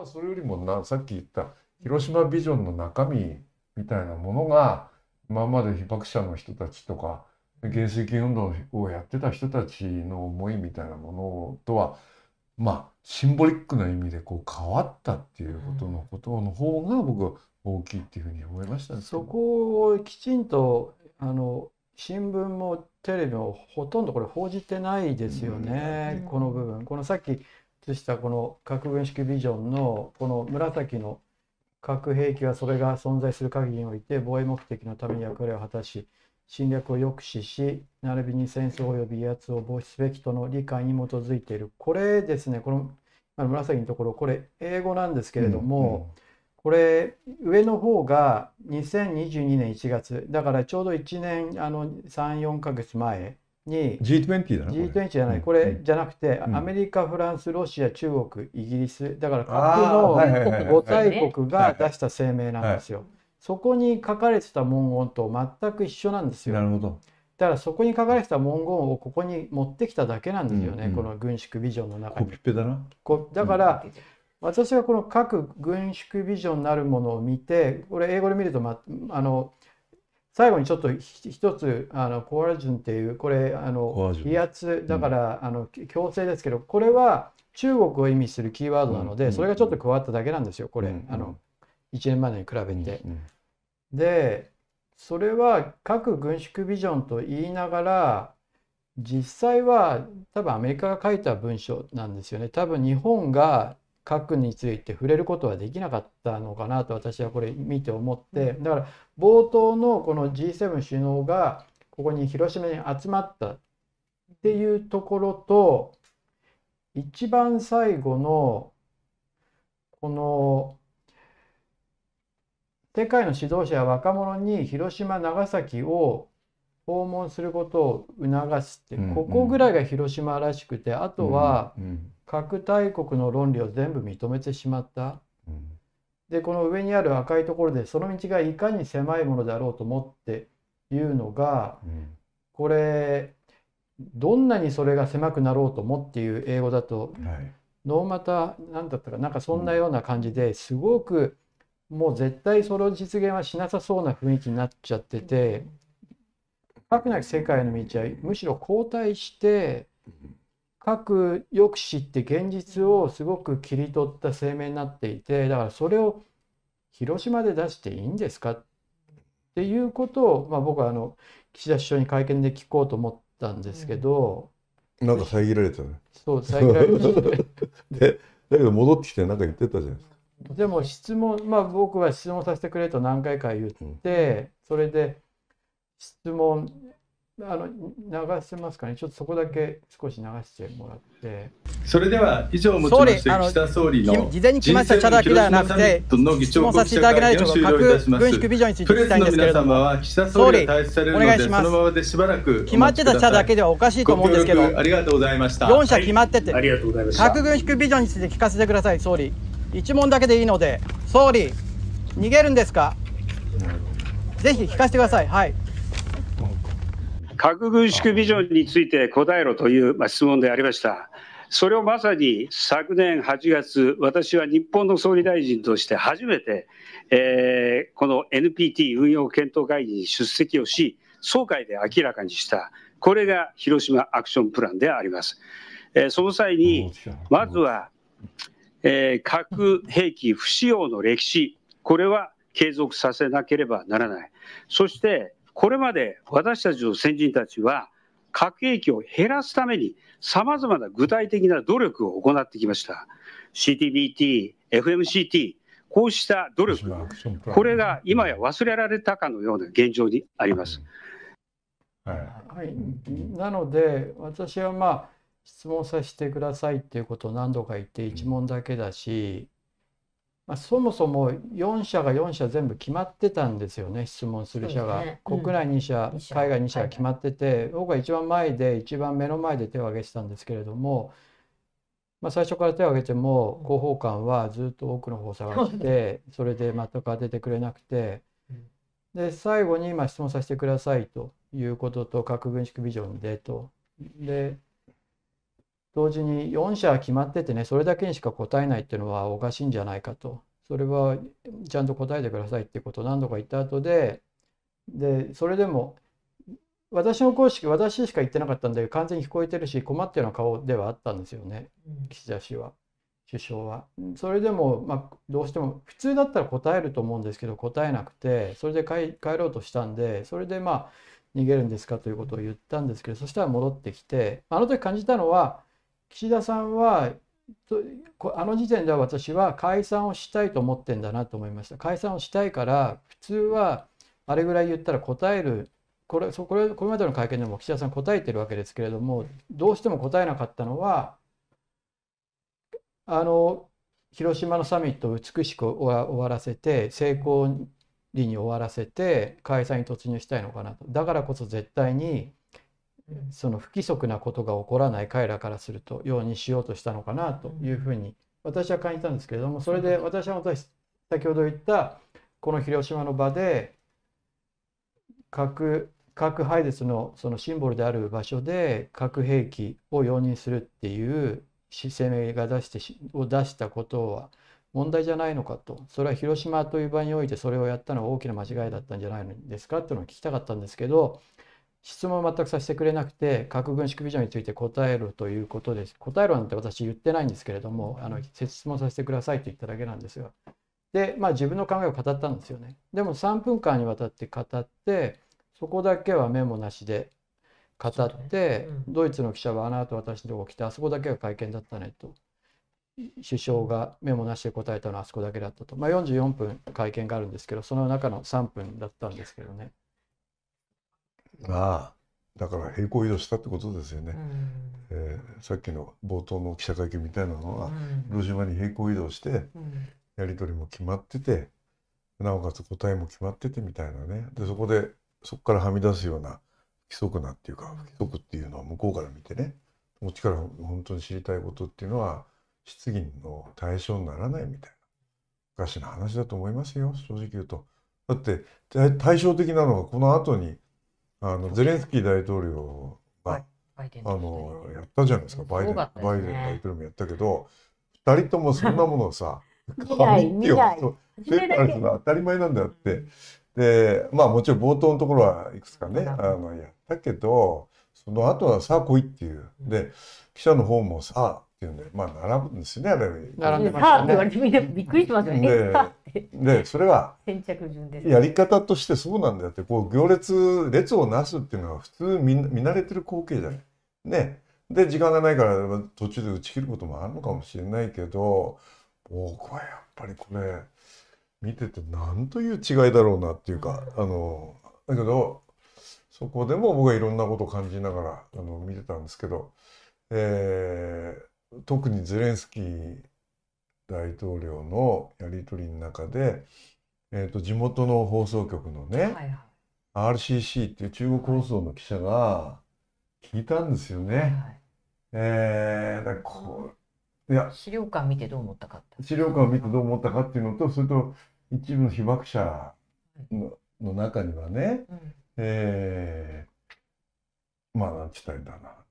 はそれよりもさっき言った広島ビジョンの中身みたいなものが、今まで被爆者の人たちとか原水金運動をやってた人たちの思いみたいなものとは、まあシンボリックな意味でこう変わったっていうことの方が僕は大きいっていうふうに思いましたね。 そこをきちんと新聞もテレビもほとんどこれ報じてないですよね、この部分。このさっき映したこの核軍縮ビジョンのこの紫の核兵器はそれが存在する限りにおいて防衛目的のために役割を果たし、侵略を抑止し、並びに戦争及び威圧を防止すべきとの理解に基づいている。これですね、この紫のところ、これ英語なんですけれども、これ上の方が2022年1月だからちょうど1年3、4ヶ月前に G20 だな。 G20 じゃない、これじゃなくてアメリカ、フランス、ロシア、中国、イギリスだから各の5大国が出した声明なんですよ。そこに書かれてた文言と全く一緒なんですよ。 なるほど。 だからそこに書かれてた文言をここに持ってきただけなんですよね、この軍縮ビジョンの中に。 コピペだな。 だから私はこの各軍縮ビジョンなるものを見て、これ英語で見ると、最後にちょっと一つコアラジュンっていうこれ威圧だから強制ですけど、これは中国を意味するキーワードなので、それがちょっと加わっただけなんですよ、これ1年前のに比べて。でそれは各軍縮ビジョンと言いながら、実際は多分アメリカが書いた文章なんですよね。多分日本が核について触れることはできなかったのかなと私はこれ見て思って、だから冒頭のこの G7 首脳がここに広島に集まったっていうところと、一番最後のこの世界の指導者や若者に広島長崎を訪問することを促すって、ここぐらいが広島らしくて、あとは核大国の論理を全部認めてしまった。でこの上にある赤いところでその道がいかに狭いものであろうと思っていうのが、これどんなにそれが狭くなろうともっていう英語だと、ノーマタ何だったかなんかそんなような感じですごくもう絶対それを実現はしなさそうな雰囲気になっちゃってて、核なき世界の道はむしろ後退して核抑止って現実をすごく切り取った声明になっていて、だからそれを広島で出していいんですかっていうことを、僕は岸田首相に会見で聞こうと思ったんですけど、 なんか遮られたね。 そう遮られてでだけど戻ってきて何か言ってたじゃないですか。 でも質問、僕は質問させてくれと何回か言って、それで質問流せますかね。ちょっとそこだけ少し流してもらって。 それでは以上をもちまして岸田総理の事前に来ました茶だけではなくて質問させていただけないと、核軍縮ビジョンについて聞きたいんですけれども、総理お願いします。決まってた茶だけではおかしいと思うんですけど、 ありがとうございました。 4社決まってて、 ありがとうございました。 核軍縮ビジョンについて聞かせてください。総理一問だけでいいので、総理逃げるんですか。ぜひ聞かせてください。はい。 核軍縮ビジョンについて答えろという質問でありました。それをまさに昨年8月、私は日本の総理大臣として初めて、この NPT 運用検討会議に出席をし、総会で明らかにした、これが広島アクションプランであります。その際に、まずは、核兵器不使用の歴史、これは継続させなければならない。そしてこれまで私たちの先人たちは核兵器を減らすためにさまざまな具体的な努力を行ってきました。CTBT、FMCT、こうした努力、これが今や忘れられたかのような現状にあります。 はい、なので私は質問させてくださいっていうことを何度か言って1問だけだし、そもそも4社が4社全部決まってたんですよね、質問する社が。国内2社、海外2社が決まってて、僕は一番前で一番目の前で手を挙げてたんですけれども、最初から手を挙げても広報官はずっと奥の方を探して、それで全く当ててくれなくて、で最後に質問させてくださいということと、核軍縮ビジョンでと。で同時に4社決まっててね、それだけにしか答えないっていうのはおかしいんじゃないかと。それはちゃんと答えてくださいっていうことを何度か言った後で、それでも私の公式、私しか言ってなかったんで完全に聞こえてるし、困ったような顔ではあったんですよね、岸田氏は、首相は。それでも、どうしても普通だったら答えると思うんですけど、答えなくて、それで帰ろうとしたんで、それで逃げるんですかということを言ったんですけど、そしたら戻ってきて、あの時感じたのは、岸田さんはあの時点では私は解散をしたいと思ってんだなと思いました。解散をしたいから、普通はあれぐらい言ったら答える、これまでの会見でも岸田さん答えてるわけですけれども、どうしても答えなかったのは、広島のサミットを美しく終わらせて、成功裏に終わらせて解散に突入したいのかなと。だからこそ絶対にその不規則なことが起こらない彼らからするとようにしようとしたのかなというふうに私は感じたんですけれども、それで私は先ほど言ったこの広島の場で核廃絶のそのシンボルである場所で核兵器を容認するっていう声明を出したことは問題じゃないのかと。それは広島という場においてそれをやったのは大きな間違いだったんじゃないのですかっていうのを聞きたかったんですけど、質問を全くさせてくれなくて、核軍縮ビジョンについて答えるということです。答えろなんて私言ってないんですけれども、質問させてくださいと言っただけなんですが。で、自分の考えを語ったんですよね。でも3分間にわたって語って、そこだけはメモなしで語って、ドイツの記者はあの後私のとこ来て、あそこだけが会見だったねと。首相がメモなしで答えたのはあそこだけだったと。44分会見があるんですけど、その中の3分だったんですけどね。 だから平行移動したってことですよね。さっきの冒頭の記者会見みたいなのは、広島に平行移動して、やり取りも決まってて、なおかつ答えも決まっててみたいなね。で、そこからはみ出すような規則なっていうか、不規則っていうのは向こうから見てね、こっちから本当に知りたいことっていうのは、質疑の対象にならないみたいな、おかしな話だと思いますよ、正直言うと。だって、対照的なのが、この後に、ゼレンスキー大統領が、やったじゃないですか、バイデン大統領もやったけど、2人ともそんなものをさ、 見ない見ない当たり前なんだよって。で、もちろん冒頭のところはいくつかね、やったけど、その後はさあ来いっていう。で、記者の方もさあっていうんで、並ぶんですよね、あれ。 並んでましたね。さあって言われてみんなびっくりしますよね。 で、それは先着順です。 やり方としてそうなんだよって、列をなすっていうのは普通見慣れてる光景じゃない。ね。で、時間がないから途中で打ち切ることもあるのかもしれないけど、僕はやっぱりこれ見てて何という違いだろうなっていうか、だけどそこでも僕はいろんなことを感じながら見てたんですけど、特にゼレンスキー大統領のやり取りの中で、地元の放送局のね、RCC っていう中国放送の記者が聞いたんですよね。 資料館見てどう思ったか資料館を見てどう思ったかっていうのと、それと一部の被爆者の中にはね、なんて言ったらいいんだ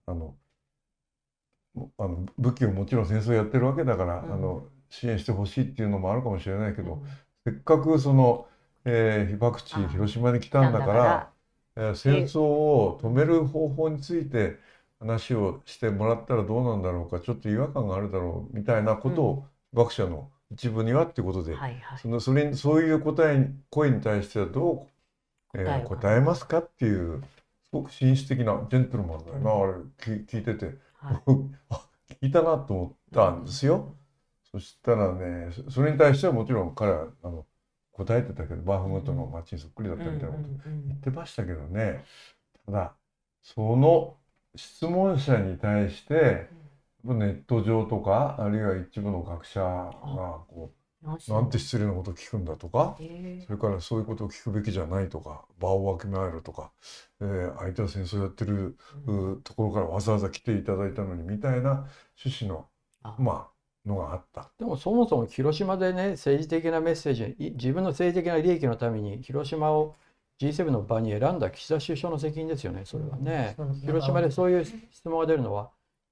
な、武器をもちろん戦争やってるわけだから、支援してほしいっていうのもあるかもしれないけど、せっかくその、被爆地広島に来たんだから、戦争を止める方法について話をしてもらったらどうなんだろうか、ちょっと違和感があるだろうみたいなことを、被爆者の一部にはっていうことで、そういう声に対してはどう、答えますかっていう、すごく紳士的なジェントルマンだよな、あれ聞いてて、聞いたなと思ったんですよ。そしたらね、それに対してはもちろん彼は答えてたけど、バーフムトの街にそっくりだったみたいなこと言ってましたけどね。ただその質問者に対してネット上とか、あるいは一部の学者がなんて失礼なことを聞くんだとか、それからそういうことを聞くべきじゃないとか、場をわきまえるとか、相手は戦争やってるところからわざわざ来ていただいたのにみたいな趣旨ののがあった。 でもそもそも広島でね、政治的なメッセージ、自分の政治的な利益のために広島を G7 の場に選んだ岸田首相の責任ですよね、それはね。広島でそういう質問が出るのは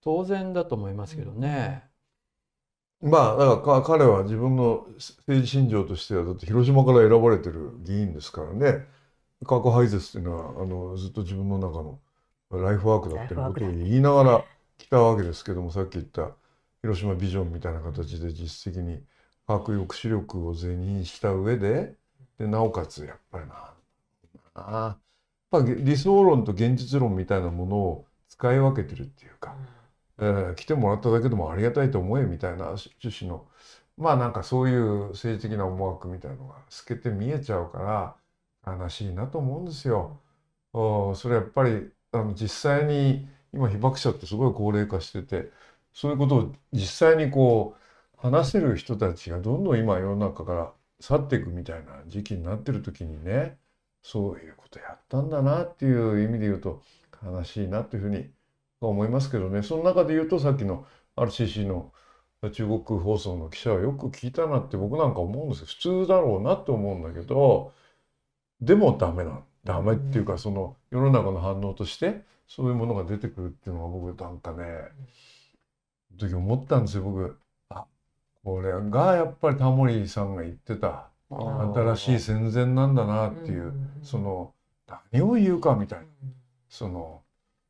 当然だと思いますけどね。 まあだから彼は自分の政治信条としてはだって広島から選ばれてる議員ですからね。核廃絶っていうのはずっと自分の中のライフワークだっていうことを言いながら来たわけですけども、さっき言った広島ビジョンみたいな形で実質的に核抑止力を是認した上で、なおかつやっぱりやっぱ理想論と現実論みたいなものを使い分けてるっていうか、来てもらっただけでもありがたいと思えみたいな趣旨の、まあなんかそういう政治的な思惑みたいなのが透けて見えちゃうから悲しいなと思うんですよ。それやっぱり実際に今被爆者ってすごい高齢化してて、そういうことを実際にこう話せる人たちがどんどん今世の中から去っていくみたいな時期になってる時にね、そういうことやったんだなっていう意味で言うと悲しいなというふうに思いますけどね。その中で言うとさっきの RCC の中国放送の記者はよく聞いたなって僕なんか思うんですよ。普通だろうなって思うんだけど、でもダメっていうか、その世の中の反応としてそういうものが出てくるっていうのが僕なんかね、時思ったんですよ。僕これがやっぱりタモリさんが言ってた新しい戦前なんだなっていう、その何を言うかみたいな、その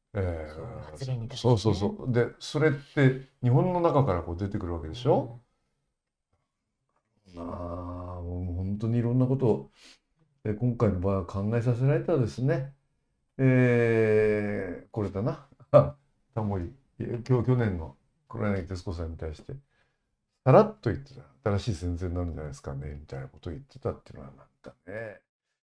そうで、それって日本の中からこう出てくるわけでしょ。もう本当にいろんなことを今回の場合は考えさせられたですね。これだなタモリ去年の黒柳徹子さんに対してさらっと言ってた、新しい戦前になるんじゃないですかねみたいなことを言ってたっていうのはなんかね。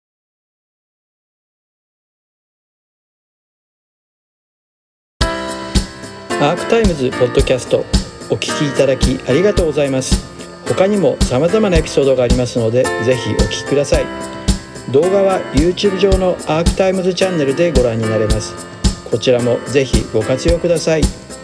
アークタイムズポッドキャストお聞きいただきありがとうございます。他にも様々なエピソードがありますのでぜひお聞きください。動画は YouTube 上のアークタイムズチャンネルでご覧になれます。こちらもぜひご活用ください。